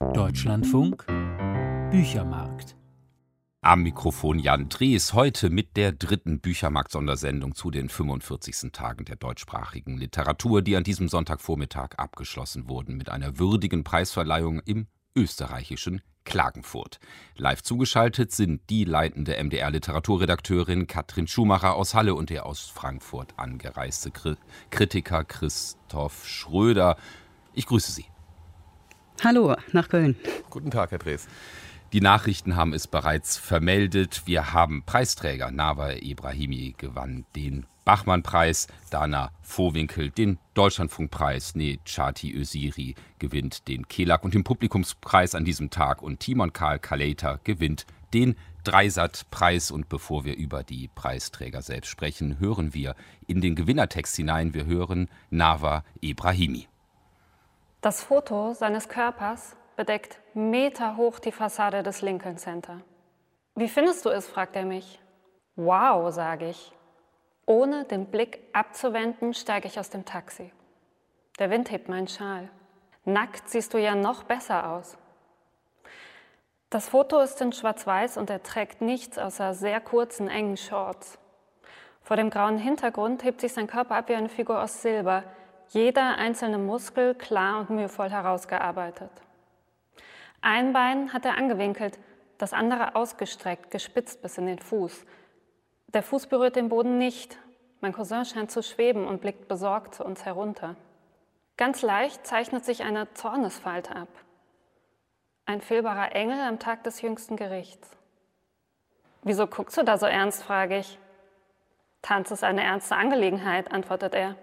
Deutschlandfunk Büchermarkt. Am Mikrofon Jan Drees, heute mit der dritten Büchermarkt-Sondersendung zu den 45. Tagen der deutschsprachigen Literatur, die an diesem Sonntagvormittag abgeschlossen wurden mit einer würdigen Preisverleihung im österreichischen Klagenfurt. Live zugeschaltet sind die leitende MDR-Literaturredakteurin Katrin Schumacher aus Halle und der aus Frankfurt angereiste Kritiker Christoph Schröder. Ich grüße Sie. Hallo nach Köln. Guten Tag, Herr Drees. Die Nachrichten haben es bereits vermeldet. Wir haben Preisträger. Nawa Ebrahimi gewann den Bachmann-Preis, Dana Vohwinkel den Deutschlandfunkpreis, Necati Öziri gewinnt den Kelag und den Publikumspreis an diesem Tag und Timon Karl Kaleita gewinnt den Dreisat-Preis. Und bevor wir über die Preisträger selbst sprechen, hören wir in den Gewinnertext hinein. Wir hören Nawa Ebrahimi. Das Foto seines Körpers bedeckt meterhoch die Fassade des Lincoln Center. Wie findest du es, fragt er mich. Wow, sage ich. Ohne den Blick abzuwenden, steige ich aus dem Taxi. Der Wind hebt meinen Schal. Nackt siehst du ja noch besser aus. Das Foto ist in Schwarz-Weiß und er trägt nichts außer sehr kurzen, engen Shorts. Vor dem grauen Hintergrund hebt sich sein Körper ab wie eine Figur aus Silber. Jeder einzelne Muskel klar und mühevoll herausgearbeitet. Ein Bein hat er angewinkelt, das andere ausgestreckt, gespitzt bis in den Fuß. Der Fuß berührt den Boden nicht. Mein Cousin scheint zu schweben und blickt besorgt zu uns herunter. Ganz leicht zeichnet sich eine Zornesfalte ab. Ein fehlbarer Engel am Tag des jüngsten Gerichts. Wieso guckst du da so ernst, frage ich. Tanz ist eine ernste Angelegenheit, antwortet er.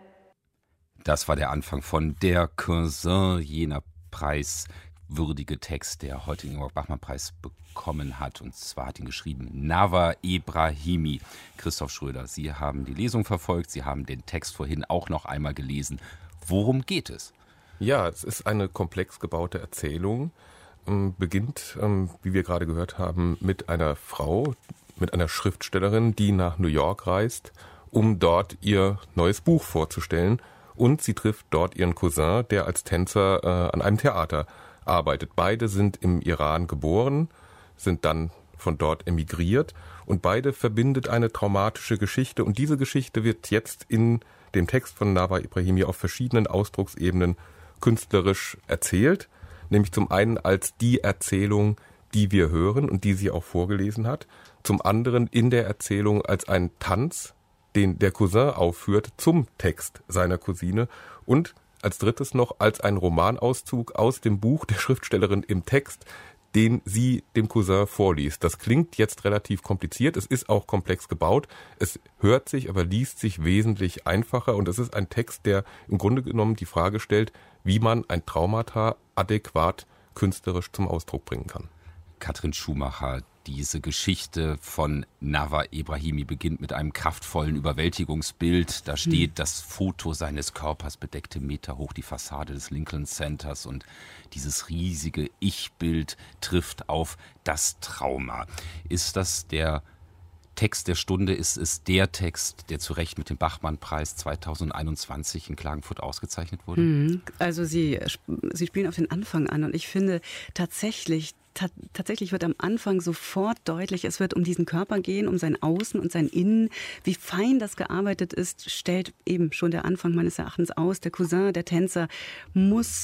Das war der Anfang von Der Cousin, jener preiswürdige Text, der heute den Ingeborg-Bachmann-Preis bekommen hat. Und zwar hat ihn geschrieben Nawa Ebrahimi. Christoph Schröder, Sie haben die Lesung verfolgt, Sie haben den Text vorhin auch noch einmal gelesen. Worum geht es? Ja, es ist eine komplex gebaute Erzählung. Beginnt, wie wir gerade gehört haben, mit einer Frau, mit einer Schriftstellerin, die nach New York reist, um dort ihr neues Buch vorzustellen. Und sie trifft dort ihren Cousin, der als Tänzer an einem Theater arbeitet. Beide sind im Iran geboren, sind dann von dort emigriert und beide verbindet eine traumatische Geschichte. Und diese Geschichte wird jetzt in dem Text von Nawa Ebrahimi auf verschiedenen Ausdrucksebenen künstlerisch erzählt. Nämlich zum einen als die Erzählung, die wir hören und die sie auch vorgelesen hat. Zum anderen in der Erzählung als ein Tanz, den der Cousin aufführt zum Text seiner Cousine und als drittes noch als ein Romanauszug aus dem Buch der Schriftstellerin im Text, den sie dem Cousin vorliest. Das klingt jetzt relativ kompliziert, es ist auch komplex gebaut, es hört sich, aber liest sich wesentlich einfacher und es ist ein Text, der im Grunde genommen die Frage stellt, wie man ein Traumata adäquat künstlerisch zum Ausdruck bringen kann. Katrin Schumacher, diese Geschichte von Nawa Ebrahimi beginnt mit einem kraftvollen Überwältigungsbild. Da steht, das Foto seines Körpers bedeckte meterhoch die Fassade des Lincoln Centers und dieses riesige Ich-Bild trifft auf das Trauma. Ist das der Text der Stunde? Ist es der Text, der zu Recht mit dem Bachmann-Preis 2021 in Klagenfurt ausgezeichnet wurde? Also Sie spielen auf den Anfang an und ich finde tatsächlich wird am Anfang sofort deutlich, es wird um diesen Körper gehen, um sein Außen und sein Innen. Wie fein das gearbeitet ist, stellt eben schon der Anfang meines Erachtens aus. Der Cousin, der Tänzer, muss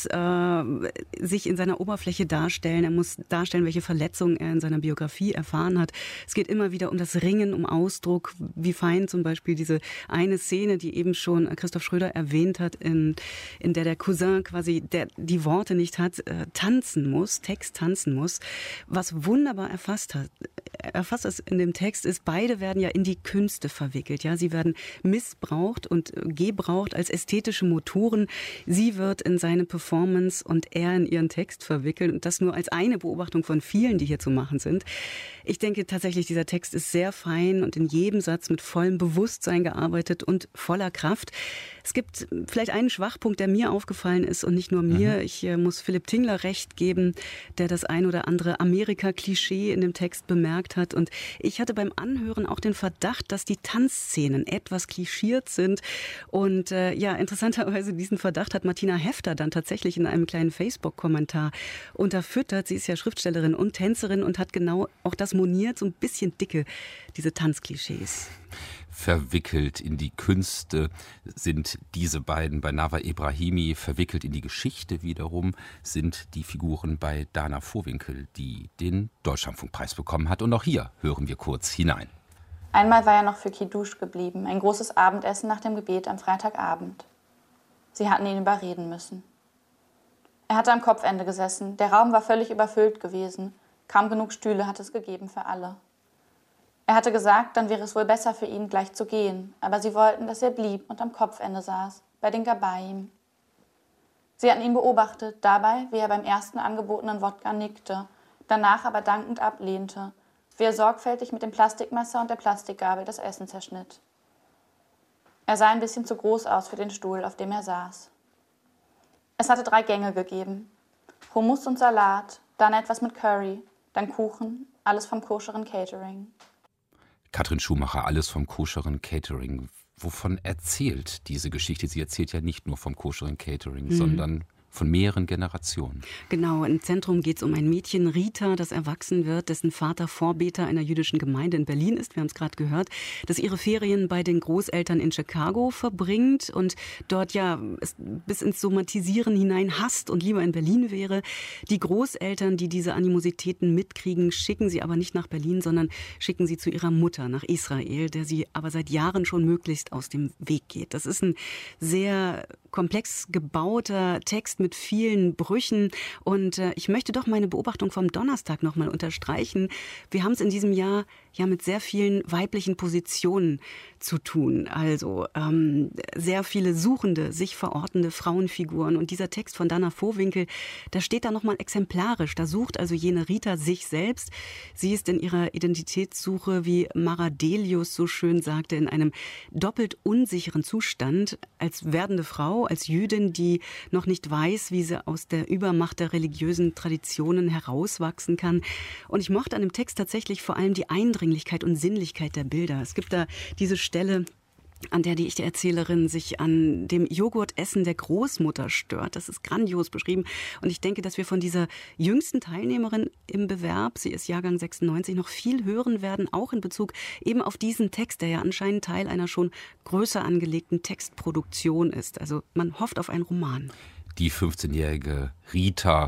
sich in seiner Oberfläche darstellen. Er muss darstellen, welche Verletzungen er in seiner Biografie erfahren hat. Es geht immer wieder um das Ringen, um Ausdruck. Wie fein zum Beispiel diese eine Szene, die eben schon Christoph Schröder erwähnt hat, in der Cousin quasi, der die Worte nicht hat, tanzen muss, Text tanzen muss. Was wunderbar erfasst ist in dem Text ist, beide werden ja in die Künste verwickelt. Ja, sie werden missbraucht und gebraucht als ästhetische Motoren. Sie wird in seine Performance und er in ihren Text verwickelt. Und das nur als eine Beobachtung von vielen, die hier zu machen sind. Ich denke tatsächlich, dieser Text ist sehr fein und in jedem Satz mit vollem Bewusstsein gearbeitet und voller Kraft. Es gibt vielleicht einen Schwachpunkt, der mir aufgefallen ist und nicht nur mir. Ich muss Philipp Tingler recht geben, der das ein oder andere Amerika-Klischee in dem Text bemerkt hat. Und ich hatte beim Anhören auch den Verdacht, dass die Tanzszenen etwas klischiert sind. Und interessanterweise diesen Verdacht hat Martina Hefter dann tatsächlich in einem kleinen Facebook-Kommentar unterfüttert. Sie ist ja Schriftstellerin und Tänzerin und hat genau auch das moniert, so ein bisschen dicke, diese Tanzklischees. Verwickelt in die Künste sind diese beiden bei Nawa Ebrahimi, verwickelt in die Geschichte wiederum sind die Figuren bei Dana Vohwinkel, die den Deutschlandfunkpreis bekommen hat. Und auch hier hören wir kurz hinein. Einmal war er noch für Kiddush geblieben, ein großes Abendessen nach dem Gebet am Freitagabend. Sie hatten ihn überreden müssen. Er hatte am Kopfende gesessen, der Raum war völlig überfüllt gewesen, kaum genug Stühle hat es gegeben für alle. Er hatte gesagt, dann wäre es wohl besser für ihn, gleich zu gehen, aber sie wollten, dass er blieb und am Kopfende saß, bei den Gabayim. Sie hatten ihn beobachtet, dabei, wie er beim ersten angebotenen Wodka nickte, danach aber dankend ablehnte, wie er sorgfältig mit dem Plastikmesser und der Plastikgabel das Essen zerschnitt. Er sah ein bisschen zu groß aus für den Stuhl, auf dem er saß. Es hatte 3 Gänge gegeben, Hummus und Salat, dann etwas mit Curry, dann Kuchen, alles vom koscheren Catering. Katrin Schumacher, alles vom koscheren Catering. Wovon erzählt diese Geschichte? Sie erzählt ja nicht nur vom koscheren Catering, sondern von mehreren Generationen. Genau, im Zentrum geht es um ein Mädchen, Rita, das erwachsen wird, dessen Vater Vorbeter einer jüdischen Gemeinde in Berlin ist. Wir haben es gerade gehört, das ihre Ferien bei den Großeltern in Chicago verbringt und dort es bis ins Somatisieren hinein hasst und lieber in Berlin wäre. Die Großeltern, die diese Animositäten mitkriegen, schicken sie aber nicht nach Berlin, sondern schicken sie zu ihrer Mutter nach Israel, der sie aber seit Jahren schon möglichst aus dem Weg geht. Das ist ein sehr komplex gebauter Text mit vielen Brüchen. Und ich möchte doch meine Beobachtung vom Donnerstag nochmal unterstreichen. Wir haben es in diesem Jahr ja mit sehr vielen weiblichen Positionen zu tun. Also sehr viele suchende, sich verortende Frauenfiguren. Und dieser Text von Dana Vohwinkel, da steht da nochmal exemplarisch. Da sucht also jene Rita sich selbst. Sie ist in ihrer Identitätssuche, wie Mara Delius so schön sagte, in einem doppelt unsicheren Zustand als werdende Frau, als Jüdin, die noch nicht weiß, wie sie aus der Übermacht der religiösen Traditionen herauswachsen kann. Und ich mochte an dem Text tatsächlich vor allem die Eindringlichkeit und Sinnlichkeit der Bilder. Es gibt da diese Stelle, an der die Erzählerin sich an dem Joghurtessen der Großmutter stört. Das ist grandios beschrieben. Und ich denke, dass wir von dieser jüngsten Teilnehmerin im Bewerb, sie ist Jahrgang 96, noch viel hören werden, auch in Bezug eben auf diesen Text, der ja anscheinend Teil einer schon größer angelegten Textproduktion ist. Also man hofft auf einen Roman. Die 15-jährige Rita,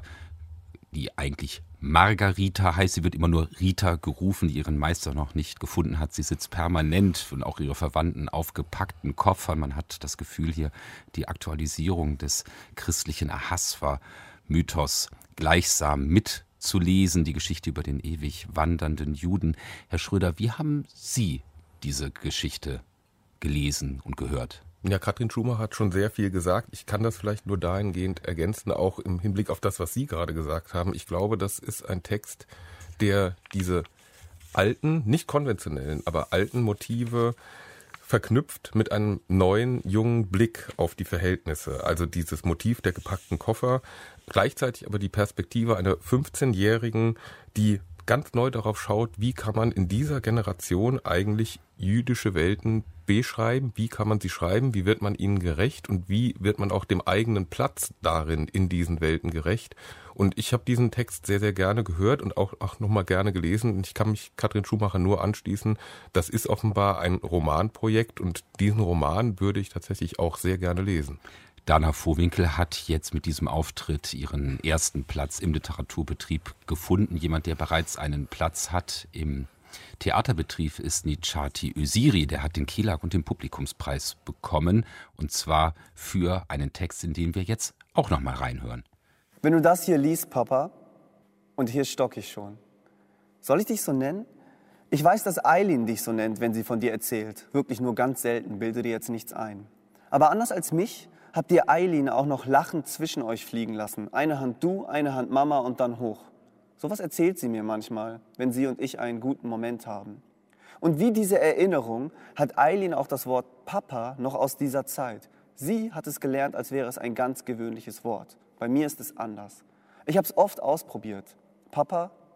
die eigentlich Margarita heißt, sie wird immer nur Rita gerufen, die ihren Meister noch nicht gefunden hat. Sie sitzt permanent und auch ihre Verwandten auf gepackten Koffern. Man hat das Gefühl, hier die Aktualisierung des christlichen Ahasver-Mythos gleichsam mitzulesen, die Geschichte über den ewig wandernden Juden. Herr Schröder, wie haben Sie diese Geschichte gelesen und gehört? Ja, Katrin Schumacher hat schon sehr viel gesagt. Ich kann das vielleicht nur dahingehend ergänzen, auch im Hinblick auf das, was Sie gerade gesagt haben. Ich glaube, das ist ein Text, der diese alten, nicht konventionellen, aber alten Motive verknüpft mit einem neuen, jungen Blick auf die Verhältnisse. Also dieses Motiv der gepackten Koffer, gleichzeitig aber die Perspektive einer 15-Jährigen, die ganz neu darauf schaut, wie kann man in dieser Generation eigentlich jüdische Welten beschreiben, wie kann man sie schreiben, wie wird man ihnen gerecht und wie wird man auch dem eigenen Platz darin in diesen Welten gerecht. Und ich habe diesen Text sehr, sehr gerne gehört und auch nochmal gerne gelesen. Und ich kann mich Katrin Schumacher nur anschließen. Das ist offenbar ein Romanprojekt und diesen Roman würde ich tatsächlich auch sehr gerne lesen. Dana Vohwinkel hat jetzt mit diesem Auftritt ihren ersten Platz im Literaturbetrieb gefunden. Jemand, der bereits einen Platz hat im Theaterbetrieb, ist Nicati Öziri. Der hat den Kelag und den Publikumspreis bekommen. Und zwar für einen Text, in den wir jetzt auch noch mal reinhören. Wenn du das hier liest, Papa, und hier stocke ich schon. Soll ich dich so nennen? Ich weiß, dass Eileen dich so nennt, wenn sie von dir erzählt. Wirklich nur ganz selten, bilde dir jetzt nichts ein. Aber anders als mich habt ihr Eileen auch noch lachend zwischen euch fliegen lassen. Eine Hand du, eine Hand Mama und dann hoch. Sowas erzählt sie mir manchmal, wenn sie und ich einen guten Moment haben. Und wie diese Erinnerung hat Eileen auch das Wort Papa noch aus dieser Zeit. Sie hat es gelernt, als wäre es ein ganz gewöhnliches Wort. Bei mir ist es anders. Ich habe es oft ausprobiert. Papa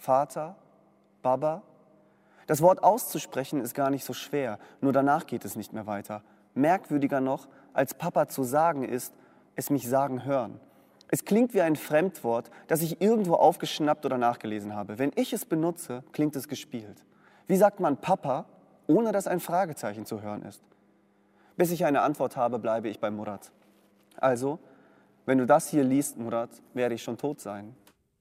Vater, Baba. Das Wort auszusprechen ist gar nicht so schwer, nur danach geht es nicht mehr weiter. Merkwürdiger noch, als Papa zu sagen ist, es mich sagen hören. Es klingt wie ein Fremdwort, das ich irgendwo aufgeschnappt oder nachgelesen habe. Wenn ich es benutze, klingt es gespielt. Wie sagt man Papa, ohne dass ein Fragezeichen zu hören ist? Bis ich eine Antwort habe, bleibe ich bei Murat. Also, wenn du das hier liest, Murat, werde ich schon tot sein.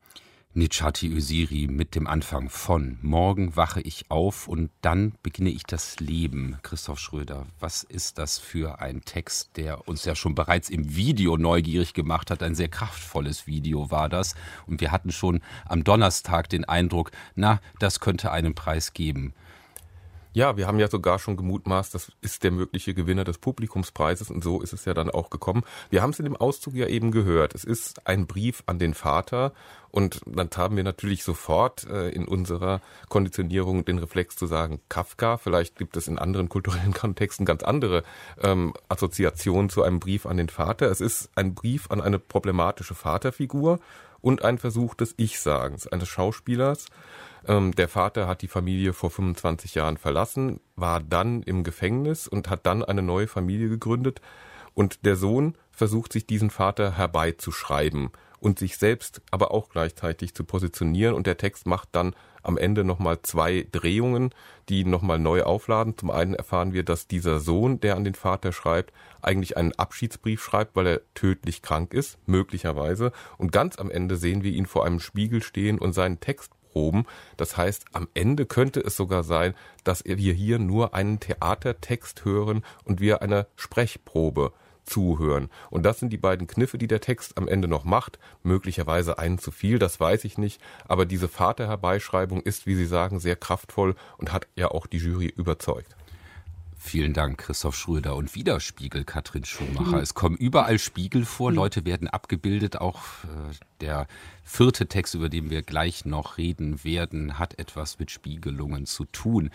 Necati Öziri mit dem Anfang von Morgen wache ich auf und dann beginne ich das Leben. Christoph Schröder, was ist das für ein Text, der uns ja schon bereits im Video neugierig gemacht hat? Ein sehr kraftvolles Video war das. Und wir hatten schon am Donnerstag den Eindruck, na, das könnte einen Preis geben. Ja, wir haben ja sogar schon gemutmaßt, das ist der mögliche Gewinner des Publikumspreises und so ist es ja dann auch gekommen. Wir haben es in dem Auszug ja eben gehört. Es ist ein Brief an den Vater und dann haben wir natürlich sofort in unserer Konditionierung den Reflex zu sagen Kafka. Vielleicht gibt es in anderen kulturellen Kontexten ganz andere Assoziationen zu einem Brief an den Vater. Es ist ein Brief an eine problematische Vaterfigur und ein Versuch des Ich-Sagens eines Schauspielers. Der Vater hat die Familie vor 25 Jahren verlassen, war dann im Gefängnis und hat dann eine neue Familie gegründet. Und der Sohn versucht sich diesen Vater herbeizuschreiben und sich selbst aber auch gleichzeitig zu positionieren. Und der Text macht dann am Ende nochmal 2 Drehungen, die nochmal neu aufladen. Zum einen erfahren wir, dass dieser Sohn, der an den Vater schreibt, eigentlich einen Abschiedsbrief schreibt, weil er tödlich krank ist, möglicherweise. Und ganz am Ende sehen wir ihn vor einem Spiegel stehen und seinen Text proben. Das heißt, am Ende könnte es sogar sein, dass wir hier nur einen Theatertext hören und wir einer Sprechprobe zuhören. Und das sind die beiden Kniffe, die der Text am Ende noch macht. Möglicherweise einen zu viel, das weiß ich nicht. Aber diese Vaterherbeischreibung ist, wie Sie sagen, sehr kraftvoll und hat ja auch die Jury überzeugt. Vielen Dank, Christoph Schröder. Und wieder Spiegel, Katrin Schumacher. Es kommen überall Spiegel vor, Leute werden abgebildet. Auch der 4. Text, über den wir gleich noch reden werden, hat etwas mit Spiegelungen zu tun.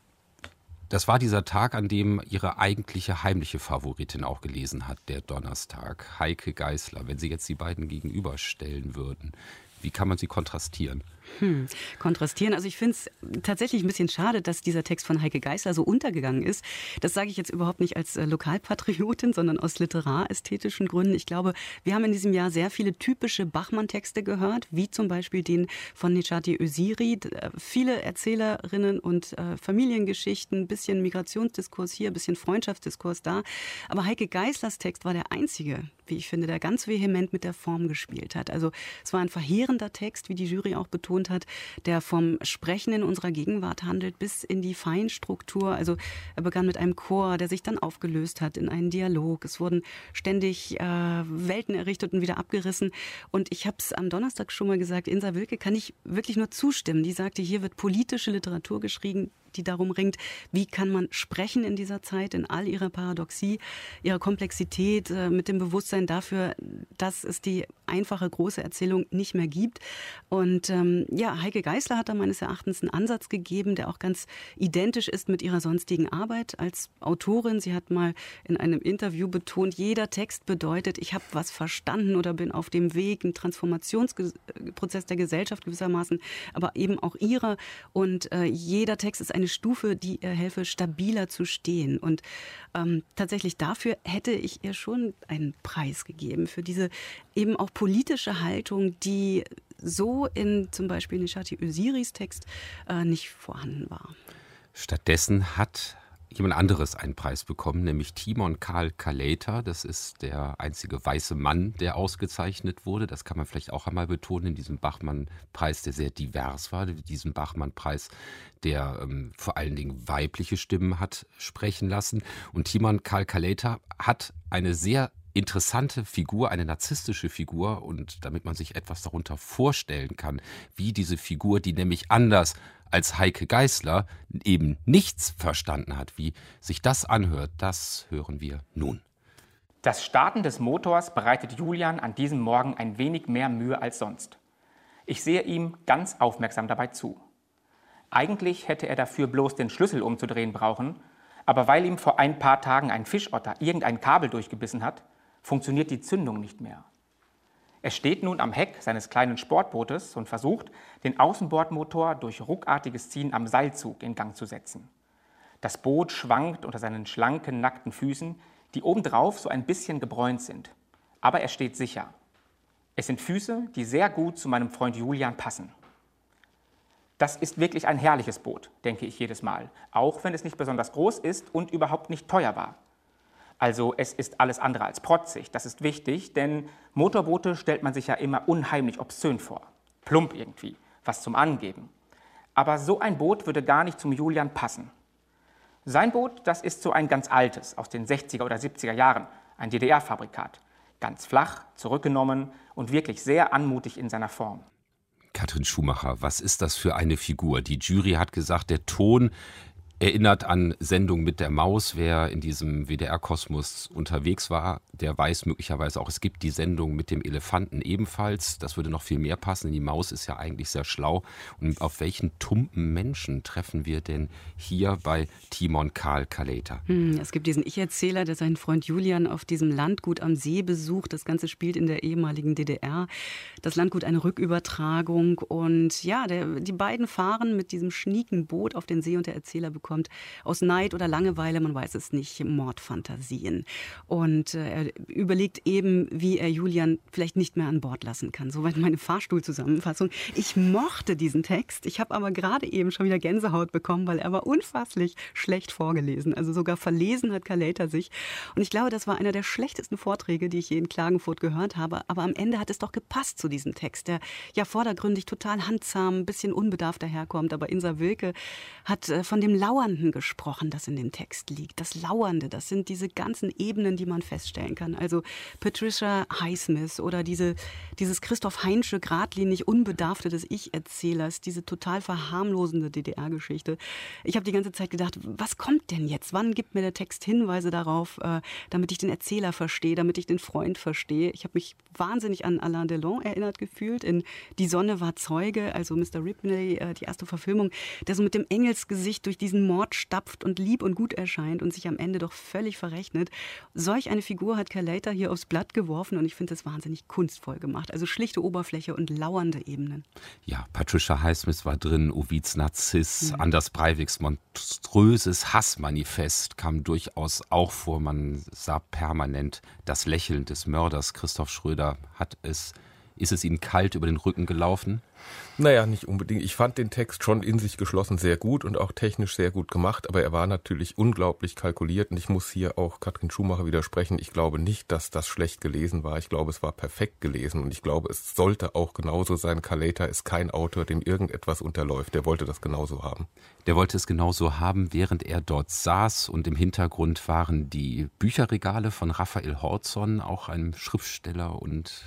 Das war dieser Tag, an dem Ihre eigentliche heimliche Favoritin auch gelesen hat, der Donnerstag, Heike Geisler. Wenn Sie jetzt die beiden gegenüberstellen würden, wie kann man sie kontrastieren? Kontrastieren. Also ich finde es tatsächlich ein bisschen schade, dass dieser Text von Heike Geisler so untergegangen ist. Das sage ich jetzt überhaupt nicht als Lokalpatriotin, sondern aus literarästhetischen Gründen. Ich glaube, wir haben in diesem Jahr sehr viele typische Bachmann-Texte gehört, wie zum Beispiel den von Necati Öziri. Viele Erzählerinnen und Familiengeschichten, ein bisschen Migrationsdiskurs hier, ein bisschen Freundschaftsdiskurs da. Aber Heike Geislers Text war der einzige, wie ich finde, der ganz vehement mit der Form gespielt hat. Also es war ein verheerender Text, wie die Jury auch betont hat, der vom Sprechen in unserer Gegenwart handelt bis in die Feinstruktur. Also er begann mit einem Chor, der sich dann aufgelöst hat in einen Dialog. Es wurden ständig Welten errichtet und wieder abgerissen. Und ich habe es am Donnerstag schon mal gesagt, Insa Wilke kann ich wirklich nur zustimmen. Die sagte, hier wird politische Literatur geschrieben, die darum ringt, wie kann man sprechen in dieser Zeit, in all ihrer Paradoxie, ihrer Komplexität, mit dem Bewusstsein dafür, dass es die einfache, große Erzählung nicht mehr gibt. Und Heike Geisler hat da meines Erachtens einen Ansatz gegeben, der auch ganz identisch ist mit ihrer sonstigen Arbeit als Autorin. Sie hat mal in einem Interview betont, jeder Text bedeutet, ich habe was verstanden oder bin auf dem Weg, ein Transformationsprozess der Gesellschaft gewissermaßen, aber eben auch ihrer. Und jeder Text ist eine Stufe, die ihr helfe, stabiler zu stehen. Und tatsächlich dafür hätte ich ihr schon einen Preis gegeben, für diese eben auch politische Haltung, die so in zum Beispiel Necati Öziris Text nicht vorhanden war. Stattdessen hat jemand anderes einen Preis bekommen, nämlich Timon Karl Kaleita. Das ist der einzige weiße Mann, der ausgezeichnet wurde. Das kann man vielleicht auch einmal betonen in diesem Bachmann-Preis, der sehr divers war. Diesem Bachmann-Preis, der vor allen Dingen weibliche Stimmen hat sprechen lassen. Und Timon Karl Kaleita hat eine sehr interessante Figur, eine narzisstische Figur, und damit man sich etwas darunter vorstellen kann, wie diese Figur, die nämlich anders als Heike Geisler eben nichts verstanden hat, wie sich das anhört, das hören wir nun. Das Starten des Motors bereitet Julian an diesem Morgen ein wenig mehr Mühe als sonst. Ich sehe ihm ganz aufmerksam dabei zu. Eigentlich hätte er dafür bloß den Schlüssel umzudrehen brauchen, aber weil ihm vor ein paar Tagen ein Fischotter irgendein Kabel durchgebissen hat, funktioniert die Zündung nicht mehr. Er steht nun am Heck seines kleinen Sportbootes und versucht, den Außenbordmotor durch ruckartiges Ziehen am Seilzug in Gang zu setzen. Das Boot schwankt unter seinen schlanken, nackten Füßen, die obendrauf so ein bisschen gebräunt sind. Aber er steht sicher. Es sind Füße, die sehr gut zu meinem Freund Julian passen. Das ist wirklich ein herrliches Boot, denke ich jedes Mal, auch wenn es nicht besonders groß ist und überhaupt nicht teuer war. Also es ist alles andere als protzig, das ist wichtig, denn Motorboote stellt man sich ja immer unheimlich obszön vor. Plump irgendwie, was zum Angeben. Aber so ein Boot würde gar nicht zum Julian passen. Sein Boot, das ist so ein ganz altes, aus den 60er oder 70er Jahren, ein DDR-Fabrikat. Ganz flach, zurückgenommen und wirklich sehr anmutig in seiner Form. Katrin Schumacher, was ist das für eine Figur? Die Jury hat gesagt, der Ton erinnert an Sendung mit der Maus. Wer in diesem WDR-Kosmos unterwegs war, der weiß möglicherweise auch, es gibt die Sendung mit dem Elefanten ebenfalls. Das würde noch viel mehr passen. Die Maus ist ja eigentlich sehr schlau. Und auf welchen tumpen Menschen treffen wir denn hier bei Timon Karl Kaleita? Es gibt diesen Ich-Erzähler, der seinen Freund Julian auf diesem Landgut am See besucht. Das Ganze spielt in der ehemaligen DDR. Das Landgut eine Rückübertragung. Und ja, die beiden fahren mit diesem schnieken Boot auf den See und der Erzähler bekommt aus Neid oder Langeweile, man weiß es nicht, Mordfantasien. Und er überlegt eben, wie er Julian vielleicht nicht mehr an Bord lassen kann. Soweit meine Fahrstuhlzusammenfassung. Ich mochte diesen Text. Ich habe aber gerade eben schon wieder Gänsehaut bekommen, weil er war unfasslich schlecht vorgelesen. Also sogar verlesen hat Kaleita sich. Und ich glaube, das war einer der schlechtesten Vorträge, die ich je in Klagenfurt gehört habe. Aber am Ende hat es doch gepasst zu diesem Text, der ja vordergründig total handsam, ein bisschen unbedarft daherkommt. Aber Insa Wilke hat von dem Lauernden gesprochen, das in dem Text liegt. Das Lauernde, das sind diese ganzen Ebenen, die man feststellen kann. Also Patricia Highsmith oder dieses Christoph Heinsche, geradlinig Unbedarfte des Ich-Erzählers, diese total verharmlosende DDR-Geschichte. Ich habe die ganze Zeit gedacht, was kommt denn jetzt? Wann gibt mir der Text Hinweise darauf, damit ich den Erzähler verstehe, damit ich den Freund verstehe? Ich habe mich wahnsinnig an Alain Delon erinnert gefühlt in Die Sonne war Zeuge, also Mr. Ripley, die erste Verfilmung, der so mit dem Engelsgesicht durch diesen Mord stapft und lieb und gut erscheint und sich am Ende doch völlig verrechnet. Solch eine Figur hat Kaleita hier aufs Blatt geworfen und ich finde das wahnsinnig kunstvoll gemacht. Also schlichte Oberfläche und lauernde Ebenen. Ja, Patricia Highsmith war drin, Ovids Narziss, Anders Breiviks monströses Hassmanifest kam durchaus auch vor. Man sah permanent das Lächeln des Mörders. Christoph Schröder ist es Ihnen kalt über den Rücken gelaufen? Naja, nicht unbedingt. Ich fand den Text schon in sich geschlossen sehr gut und auch technisch sehr gut gemacht, aber er war natürlich unglaublich kalkuliert und ich muss hier auch Katrin Schumacher widersprechen. Ich glaube nicht, dass das schlecht gelesen war. Ich glaube, es war perfekt gelesen und ich glaube, es sollte auch genauso sein. Kaleita ist kein Autor, dem irgendetwas unterläuft. Der wollte das genauso haben. Der wollte es genauso haben, während er dort saß und im Hintergrund waren die Bücherregale von Raphael Hortzon, auch einem Schriftsteller und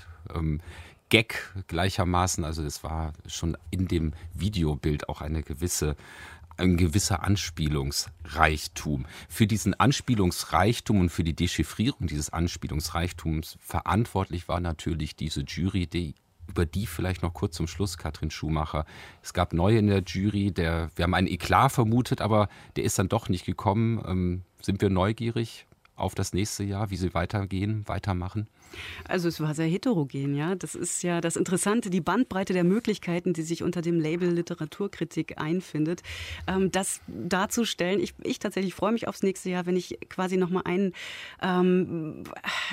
Gag gleichermaßen, also es war schon in dem Videobild auch ein gewisser Anspielungsreichtum. Für diesen Anspielungsreichtum und für die Dechiffrierung dieses Anspielungsreichtums verantwortlich war natürlich diese Jury, über die vielleicht noch kurz zum Schluss, Katrin Schumacher. Es gab neue in der Jury, wir haben einen Eklat vermutet, aber der ist dann doch nicht gekommen. Sind wir neugierig auf das nächste Jahr, wie sie weitermachen? Also es war sehr heterogen, ja. Das ist ja das Interessante, die Bandbreite der Möglichkeiten, die sich unter dem Label Literaturkritik einfindet. Das darzustellen, ich tatsächlich freue mich aufs nächste Jahr, wenn ich quasi nochmal eine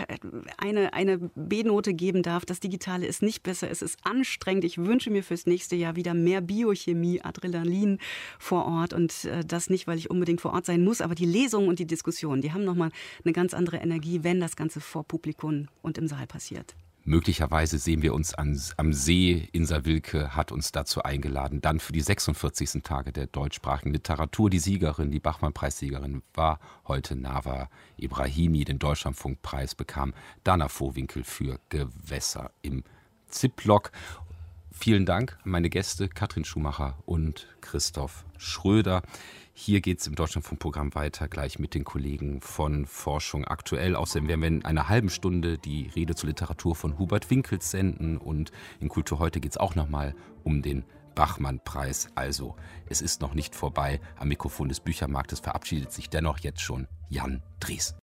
B-Note geben darf. Das Digitale ist nicht besser, es ist anstrengend. Ich wünsche mir fürs nächste Jahr wieder mehr Biochemie, Adrenalin vor Ort und das nicht, weil ich unbedingt vor Ort sein muss, aber die Lesungen und die Diskussionen, die haben nochmal eine ganz andere Energie, wenn das Ganze vor Publikum und im Saal passiert. Möglicherweise sehen wir uns am See. Insa Wilke hat uns dazu eingeladen. Dann für die 46. Tage der deutschsprachigen Literatur. Die Siegerin, die Bachmann-Preissiegerin war heute Nawa Ebrahimi. Den Deutschlandfunkpreis bekam Dana Vohwinkel für Gewässer im Ziplock. Vielen Dank an meine Gäste Katrin Schumacher und Christoph Schröder. Hier geht es im Deutschlandfunkprogramm weiter, gleich mit den Kollegen von Forschung aktuell. Außerdem werden wir in einer halben Stunde die Rede zur Literatur von Hubert Winkels senden. Und in Kultur heute geht es auch nochmal um den Bachmann-Preis. Also, es ist noch nicht vorbei. Am Mikrofon des Büchermarktes verabschiedet sich dennoch jetzt schon Jan Drees.